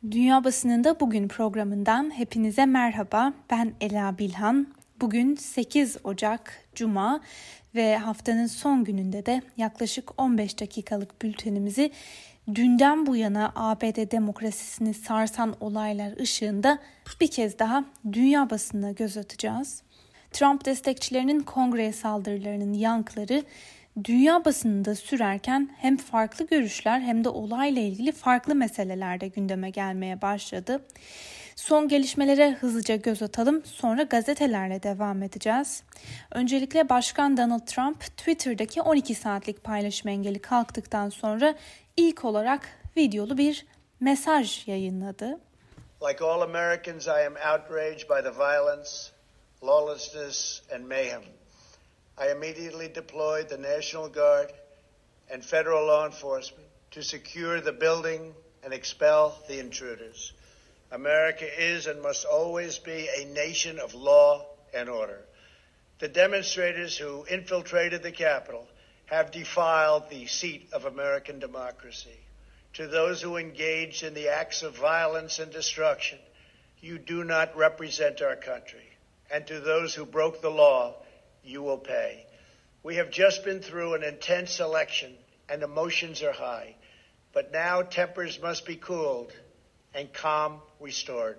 Dünya Basınında Bugün programından hepinize merhaba. Ben Ela Bilhan. Bugün 8 Ocak Cuma ve haftanın son gününde de yaklaşık 15 dakikalık bültenimizi dünden bu yana ABD demokrasisini sarsan olaylar ışığında bir kez daha dünya basınına göz atacağız. Trump destekçilerinin kongreye saldırılarının yankıları dünya basınında sürerken hem farklı görüşler hem de olayla ilgili farklı meseleler de gündeme gelmeye başladı. Son gelişmelere hızlıca göz atalım, sonra gazetelerle devam edeceğiz. Öncelikle Başkan Donald Trump Twitter'daki 12 saatlik paylaşım engeli kalktıktan sonra ilk olarak videolu bir mesaj yayınladı. Like all Americans, I am outraged by the violence, lawlessness and mayhem. I immediately deployed the National Guard and federal law enforcement to secure the building and expel the intruders. America is and must always be a nation of law and order. The demonstrators who infiltrated the Capitol have defiled the seat of American democracy. To those who engaged in the acts of violence and destruction, you do not represent our country. And to those who broke the law, you will pay. We have just been through an intense election and emotions are high. But now tempers must be cooled and calm restored.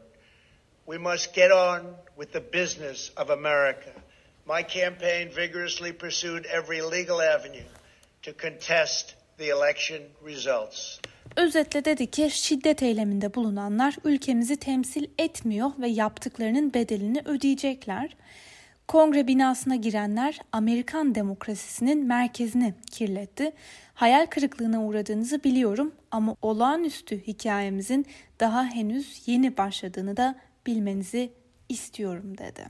We must get on with the business of America. My campaign vigorously pursued every legal avenue to contest the election results. Özetle dedi ki şiddet eyleminde bulunanlar ülkemizi temsil etmiyor ve yaptıklarının bedelini ödeyecekler. Kongre binasına girenler Amerikan demokrasisinin merkezini kirletti. Hayal kırıklığına uğradığınızı biliyorum ama olağanüstü hikayemizin daha henüz yeni başladığını da bilmenizi istiyorum dedi.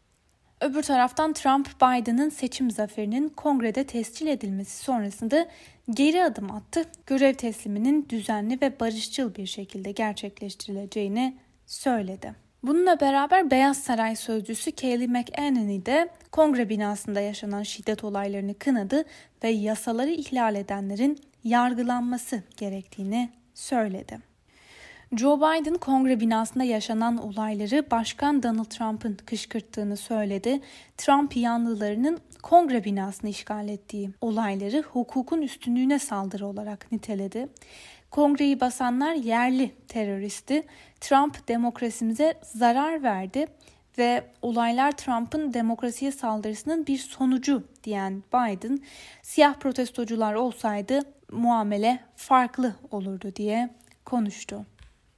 Öbür taraftan Trump, Biden'ın seçim zaferinin kongrede tescil edilmesi sonrasında geri adım attı. Görev tesliminin düzenli ve barışçıl bir şekilde gerçekleştirileceğini söyledi. Bununla beraber Beyaz Saray sözcüsü Kayleigh McEnany de kongre binasında yaşanan şiddet olaylarını kınadı ve yasaları ihlal edenlerin yargılanması gerektiğini söyledi. Joe Biden kongre binasında yaşanan olayları Başkan Donald Trump'ın kışkırttığını söyledi. Trump yanlılarının kongre binasını işgal ettiği olayları hukukun üstünlüğüne saldırı olarak niteledi. Kongreyi basanlar yerli teröristi. Trump demokrasimize zarar verdi ve olaylar Trump'ın demokrasiye saldırısının bir sonucu diyen Biden, siyah protestocular olsaydı muamele farklı olurdu diye konuştu.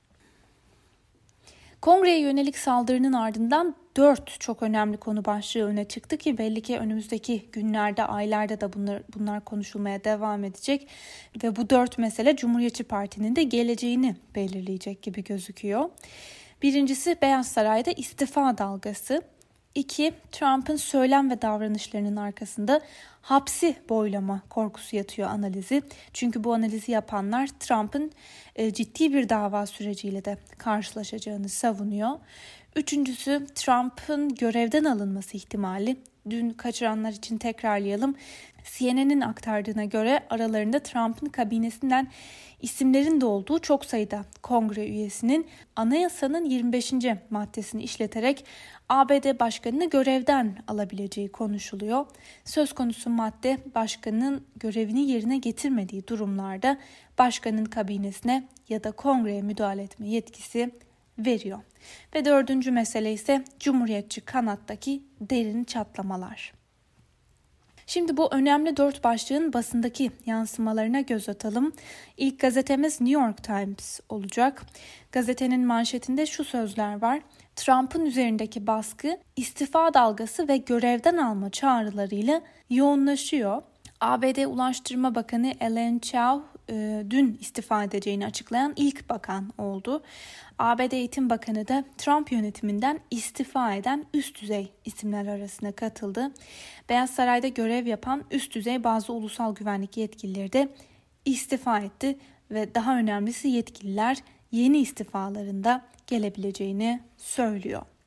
Kongreye yönelik saldırının ardından 4 çok önemli konu başlığı öne çıktı ki belli ki önümüzdeki günlerde, aylarda da bunlar konuşulmaya devam edecek ve bu 4 mesele Cumhuriyetçi Parti'nin de geleceğini belirleyecek gibi gözüküyor. Birincisi Beyaz Saray'da istifa dalgası. 2. Trump'ın söylem ve davranışlarının arkasında hapsi boylama korkusu yatıyor analizi. Çünkü bu analizi yapanlar Trump'ın ciddi bir dava süreciyle de karşılaşacağını savunuyor. Üçüncüsü Trump'ın görevden alınması ihtimali. Dün kaçıranlar için tekrarlayalım. CNN'in aktardığına göre aralarında Trump'ın kabinesinden isimlerin de olduğu çok sayıda kongre üyesinin anayasanın 25. maddesini işleterek ABD başkanını görevden alabileceği konuşuluyor. Söz konusu madde başkanın görevini yerine getirmediği durumlarda başkanın kabinesine ya da kongreye müdahale etme yetkisi veriyor. Ve dördüncü mesele ise Cumhuriyetçi kanattaki derin çatlamalar. Şimdi bu önemli 4 başlığın basındaki yansımalarına göz atalım. İlk gazetemiz New York Times olacak. Gazetenin manşetinde şu sözler var. Trump'ın üzerindeki baskı, istifa dalgası ve görevden alma çağrılarıyla yoğunlaşıyor. ABD Ulaştırma Bakanı Elaine Chao dün istifa edeceğini açıklayan ilk bakan oldu. ABD Eğitim Bakanı da Trump yönetiminden istifa eden üst düzey isimler arasına katıldı. Beyaz Saray'da görev yapan üst düzey bazı ulusal güvenlik yetkilileri de istifa etti ve daha önemlisi yetkililer yeni istifalarında gelebileceğini söylüyor.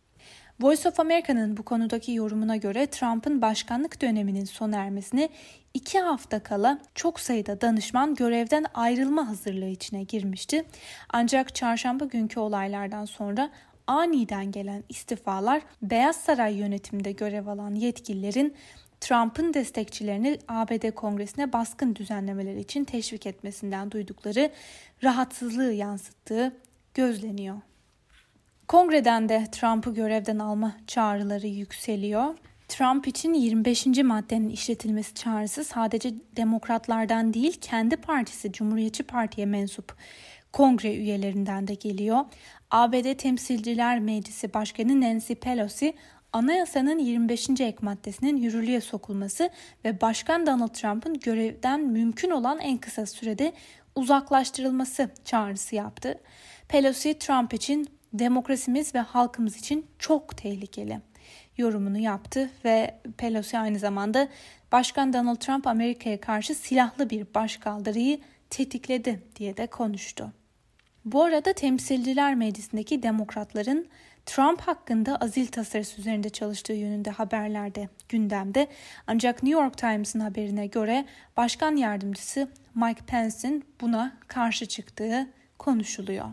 Voice of America'nın bu konudaki yorumuna göre Trump'ın başkanlık döneminin sona ermesine 2 hafta kala çok sayıda danışman görevden ayrılma hazırlığı içine girmişti. Ancak çarşamba günkü olaylardan sonra aniden gelen istifalar Beyaz Saray yönetiminde görev alan yetkililerin Trump'ın destekçilerini ABD Kongresi'ne baskın düzenlemeler için teşvik etmesinden duydukları rahatsızlığı yansıttığı gözleniyor. Kongreden de Trump'ı görevden alma çağrıları yükseliyor. Trump için 25. maddenin işletilmesi çağrısı sadece demokratlardan değil, kendi partisi Cumhuriyetçi Parti'ye mensup kongre üyelerinden de geliyor. ABD Temsilciler Meclisi Başkanı Nancy Pelosi, anayasanın 25. ek maddesinin yürürlüğe sokulması ve Başkan Donald Trump'ın görevden mümkün olan en kısa sürede uzaklaştırılması çağrısı yaptı. Pelosi, Trump için demokrasimiz ve halkımız için çok tehlikeli yorumunu yaptı ve Pelosi aynı zamanda Başkan Donald Trump Amerika'ya karşı silahlı bir başkaldırıyı tetikledi diye de konuştu. Bu arada Temsilciler Meclisi'ndeki demokratların Trump hakkında azil tasarısı üzerinde çalıştığı yönünde haberler de gündemde. Ancak New York Times'ın haberine göre Başkan Yardımcısı Mike Pence'in buna karşı çıktığı konuşuluyor.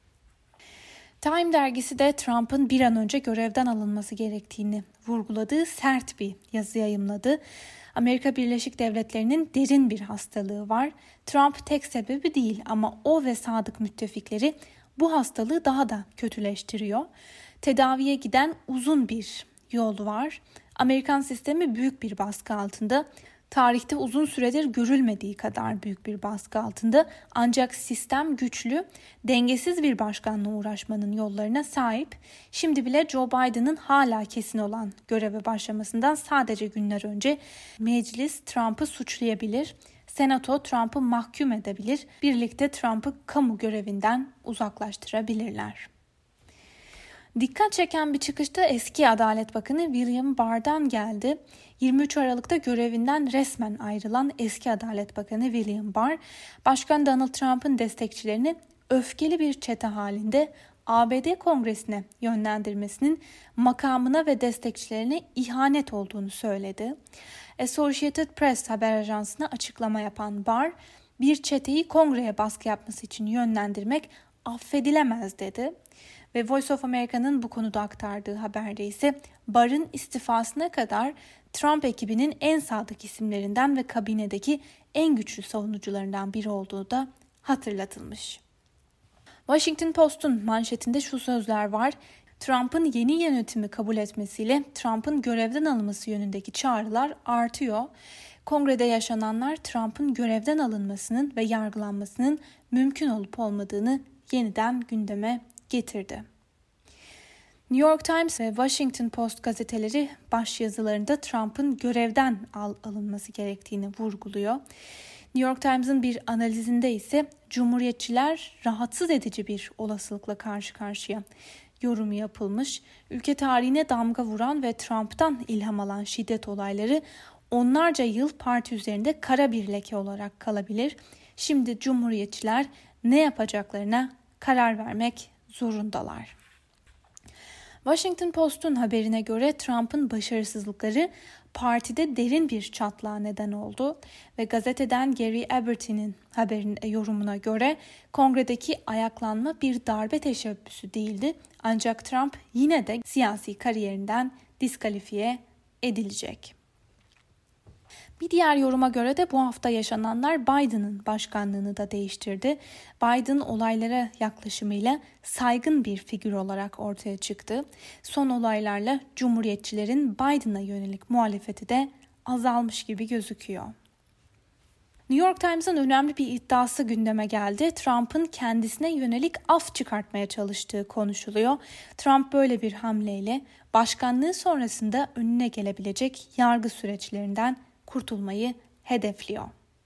Time dergisi de Trump'ın bir an önce görevden alınması gerektiğini vurguladığı sert bir yazı yayımladı. Amerika Birleşik Devletleri'nin derin bir hastalığı var. Trump tek sebebi değil ama o ve sadık müttefikleri bu hastalığı daha da kötüleştiriyor. Tedaviye giden uzun bir yol var. Amerikan sistemi büyük bir baskı altında. Tarihte uzun süredir görülmediği kadar büyük bir baskı altında. Ancak sistem güçlü, dengesiz bir başkanla uğraşmanın yollarına sahip. Şimdi bile Joe Biden'ın hala kesin olan göreve başlamasından sadece günler önce meclis Trump'ı suçlayabilir. Senato Trump'ı mahkum edebilir. Birlikte Trump'ı kamu görevinden uzaklaştırabilirler. Dikkat çeken bir çıkışta eski Adalet Bakanı William Barr'dan geldi. 23 Aralık'ta görevinden resmen ayrılan eski Adalet Bakanı William Barr, Başkan Donald Trump'ın destekçilerini öfkeli bir çete halinde ABD Kongresi'ne yönlendirmesinin makamına ve destekçilerine ihanet olduğunu söyledi. Associated Press haber ajansına açıklama yapan Barr, bir çeteyi kongreye baskı yapması için yönlendirmek affedilemez dedi. Ve Voice of America'nın bu konuda aktardığı haberde ise Barr'ın istifasına kadar Trump ekibinin en sadık isimlerinden ve kabinedeki en güçlü savunucularından biri olduğu da hatırlatılmış. Washington Post'un manşetinde şu sözler var. Trump'ın yeni yönetimi kabul etmesiyle Trump'ın görevden alınması yönündeki çağrılar artıyor. Kongrede yaşananlar Trump'ın görevden alınmasının ve yargılanmasının mümkün olup olmadığını yeniden gündeme getirdi. New York Times ve Washington Post gazeteleri başyazılarında Trump'ın görevden alınması gerektiğini vurguluyor. New York Times'ın bir analizinde ise Cumhuriyetçiler rahatsız edici bir olasılıkla karşı karşıya yorumu yapılmış. Ülke tarihine damga vuran ve Trump'tan ilham alan şiddet olayları onlarca yıl parti üzerinde kara bir leke olarak kalabilir. Şimdi Cumhuriyetçiler ne yapacaklarına karar vermek zorundalar. Washington Post'un haberine göre Trump'ın başarısızlıkları partide derin bir çatlağa neden oldu ve gazeteden Gary Abbertin'in yorumuna göre kongredeki ayaklanma bir darbe teşebbüsü değildi, ancak Trump yine de siyasi kariyerinden diskalifiye edilecek. Bir diğer yoruma göre de bu hafta yaşananlar Biden'ın başkanlığını da değiştirdi. Biden olaylara yaklaşımıyla saygın bir figür olarak ortaya çıktı. Son olaylarla Cumhuriyetçilerin Biden'a yönelik muhalefeti de azalmış gibi gözüküyor. New York Times'ın önemli bir iddiası gündeme geldi. Trump'ın kendisine yönelik af çıkartmaya çalıştığı konuşuluyor. Trump böyle bir hamleyle başkanlığı sonrasında önüne gelebilecek yargı süreçlerinden kurtulmayı hedefliyor.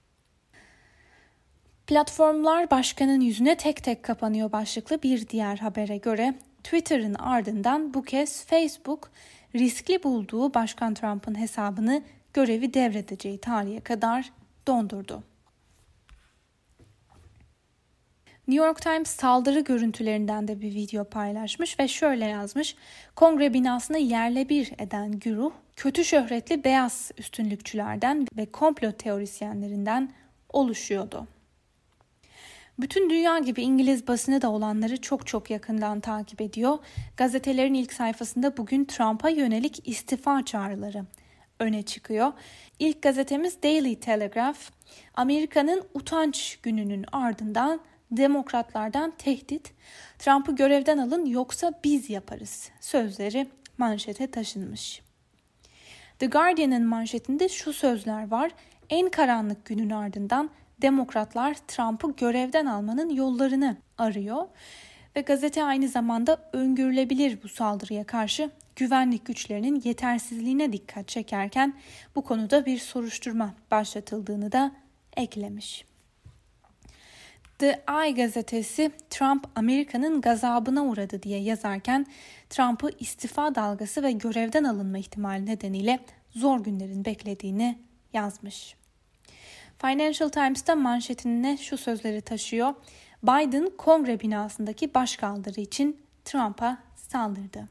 Platformlar başkanın yüzüne tek tek kapanıyor başlıklı bir diğer habere göre Twitter'ın ardından bu kez Facebook riskli bulduğu Başkan Trump'ın hesabını görevi devredeceği tarihe kadar dondurdu. New York Times saldırı görüntülerinden de bir video paylaşmış ve şöyle yazmış: Kongre binasını yerle bir eden güruh, kötü şöhretli beyaz üstünlükçülerden ve komplo teorisyenlerinden oluşuyordu. Bütün dünya gibi İngiliz basını da olanları çok yakından takip ediyor. Gazetelerin ilk sayfasında bugün Trump'a yönelik istifa çağrıları öne çıkıyor. İlk gazetemiz Daily Telegraph, Amerika'nın utanç gününün ardından demokratlardan tehdit, Trump'ı görevden alın yoksa biz yaparız sözleri manşete taşınmış. The Guardian'ın manşetinde şu sözler var: en karanlık günün ardından demokratlar Trump'ı görevden almanın yollarını arıyor ve gazete aynı zamanda öngörülebilir bu saldırıya karşı güvenlik güçlerinin yetersizliğine dikkat çekerken bu konuda bir soruşturma başlatıldığını da eklemiş. The Eye gazetesi Trump Amerika'nın gazabına uğradı diye yazarken Trump'ı istifa dalgası ve görevden alınma ihtimali nedeniyle zor günlerin beklediğini yazmış. Financial Times'ta manşetine şu sözleri taşıyor: Biden Kongre binasındaki başkaldırı için Trump'a saldırdı.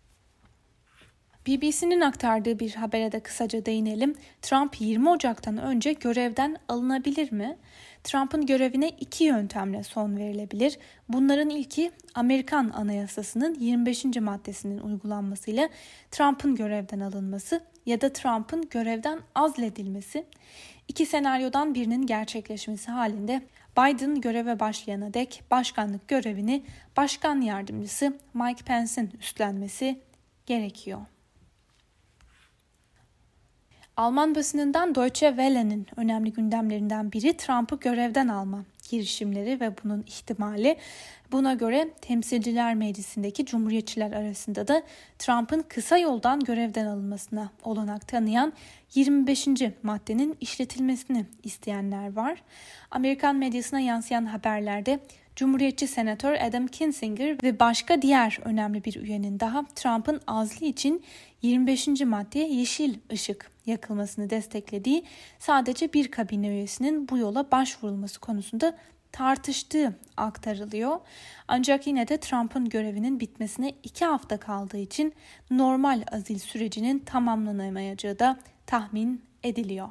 BBC'nin aktardığı bir habere de kısaca değinelim. Trump 20 Ocak'tan önce görevden alınabilir mi? Trump'ın görevine 2 yöntemle son verilebilir. Bunların ilki Amerikan Anayasası'nın 25. maddesinin uygulanmasıyla Trump'ın görevden alınması ya da Trump'ın görevden azledilmesi. 2 senaryodan birinin gerçekleşmesi halinde Biden göreve başlayana dek başkanlık görevini başkan yardımcısı Mike Pence'in üstlenmesi gerekiyor. Alman basınından Deutsche Welle'nin önemli gündemlerinden biri Trump'ı görevden alma girişimleri ve bunun ihtimali. Buna göre Temsilciler Meclisi'ndeki Cumhuriyetçiler arasında da Trump'ın kısa yoldan görevden alınmasına olanak tanıyan 25. maddenin işletilmesini isteyenler var. Amerikan medyasına yansıyan haberlerde Cumhuriyetçi Senatör Adam Kinzinger ve başka diğer önemli bir üyenin daha Trump'ın azli için 25. maddeye yeşil ışık yakılmasını desteklediği, sadece bir kabine üyesinin bu yola başvurulması konusunda tartıştığı aktarılıyor. Ancak yine de Trump'ın görevinin bitmesine 2 hafta kaldığı için normal azil sürecinin tamamlanamayacağı da tahmin ediliyor.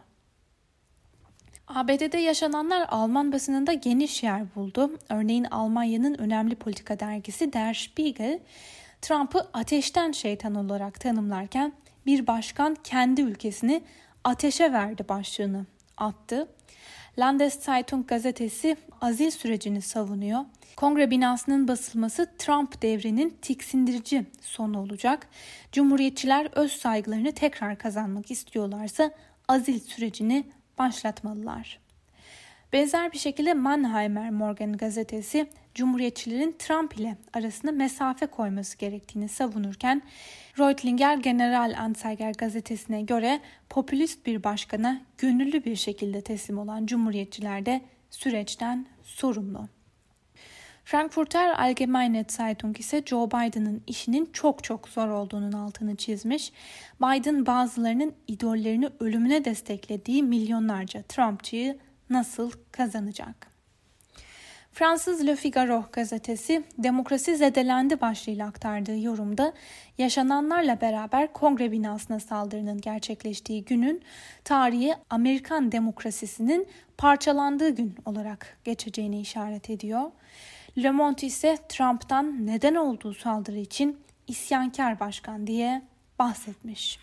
ABD'de yaşananlar Alman basınında geniş yer buldu. Örneğin Almanya'nın önemli politika dergisi Der Spiegel, Trump'ı ateşten şeytan olarak tanımlarken bir başkan kendi ülkesini ateşe verdi başlığını attı. Landeszeitung gazetesi azil sürecini savunuyor. Kongre binasının basılması Trump devrinin tiksindirici sonu olacak. Cumhuriyetçiler öz saygılarını tekrar kazanmak istiyorlarsa azil sürecini başlatmalılar. Benzer bir şekilde Mannheimer Morgen gazetesi Cumhuriyetçilerin Trump ile arasında mesafe koyması gerektiğini savunurken Reutlinger General Anzeiger gazetesine göre popülist bir başkana gönüllü bir şekilde teslim olan Cumhuriyetçiler de süreçten sorumlu. Frankfurter Allgemeine Zeitung ise Joe Biden'ın işinin çok zor olduğunun altını çizmiş. Biden bazılarının idollerini ölümüne desteklediği milyonlarca Trumpçıyı nasıl kazanacak? Fransız Le Figaro gazetesi demokrasi zedelendi başlığıyla aktardığı yorumda yaşananlarla beraber Kongre binasına saldırının gerçekleştiği günün tarihi Amerikan demokrasisinin parçalandığı gün olarak geçeceğini işaret ediyor. Le Monde ise Trump'tan neden olduğu saldırı için isyankar başkan diye bahsetmiş.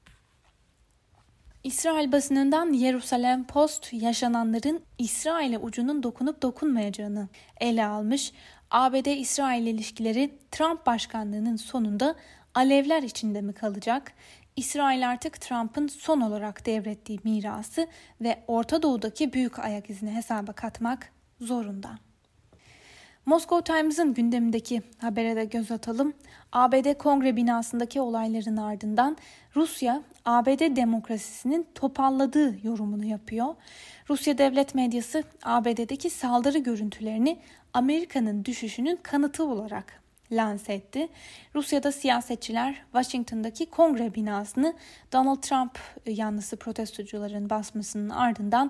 İsrail basınından Jerusalem Post yaşananların İsrail'e ucunun dokunup dokunmayacağını ele almış. ABD-İsrail ilişkileri Trump başkanlığının sonunda alevler içinde mi kalacak? İsrail artık Trump'ın son olarak devrettiği mirası ve Orta Doğu'daki büyük ayak izini hesaba katmak zorunda. Moscow Times'ın gündemindeki habere de göz atalım. ABD Kongre binasındaki olayların ardından Rusya, ABD demokrasisinin topalladığı yorumunu yapıyor. Rusya devlet medyası ABD'deki saldırı görüntülerini Amerika'nın düşüşünün kanıtı olarak lanse etti. Rusya'da siyasetçiler Washington'daki Kongre binasını Donald Trump yanlısı protestocuların basmasının ardından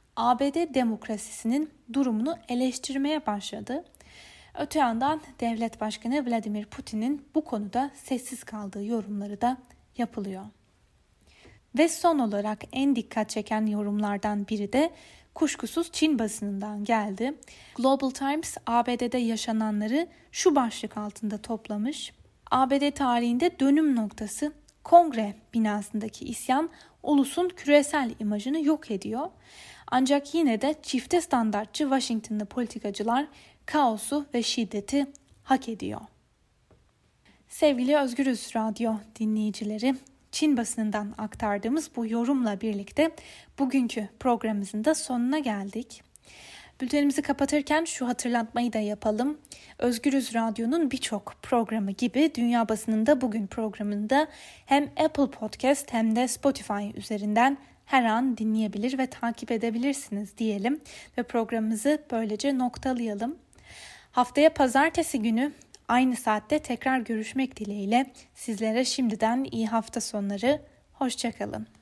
ABD demokrasisinin durumunu eleştirmeye başladı. Öte yandan devlet başkanı Vladimir Putin'in bu konuda sessiz kaldığı yorumları da yapılıyor. Ve son olarak en dikkat çeken yorumlardan biri de kuşkusuz Çin basınından geldi. Global Times ABD'de yaşananları şu başlık altında toplamış. ABD tarihinde dönüm noktası, Kongre binasındaki isyan ulusun küresel imajını yok ediyor. Ancak yine de çifte standartçı Washington'lı politikacılar kaosu ve şiddeti hak ediyor. Sevgili Özgürüz Radyo dinleyicileri, Çin basınından aktardığımız bu yorumla birlikte bugünkü programımızın da sonuna geldik. Bültenimizi kapatırken şu hatırlatmayı da yapalım. Özgürüz Radyo'nun birçok programı gibi Dünya Basınında Bugün programında hem Apple Podcast hem de Spotify üzerinden her an dinleyebilir ve takip edebilirsiniz diyelim ve programımızı böylece noktalayalım. Haftaya pazartesi günü aynı saatte tekrar görüşmek dileğiyle sizlere şimdiden iyi hafta sonları, hoşça kalın.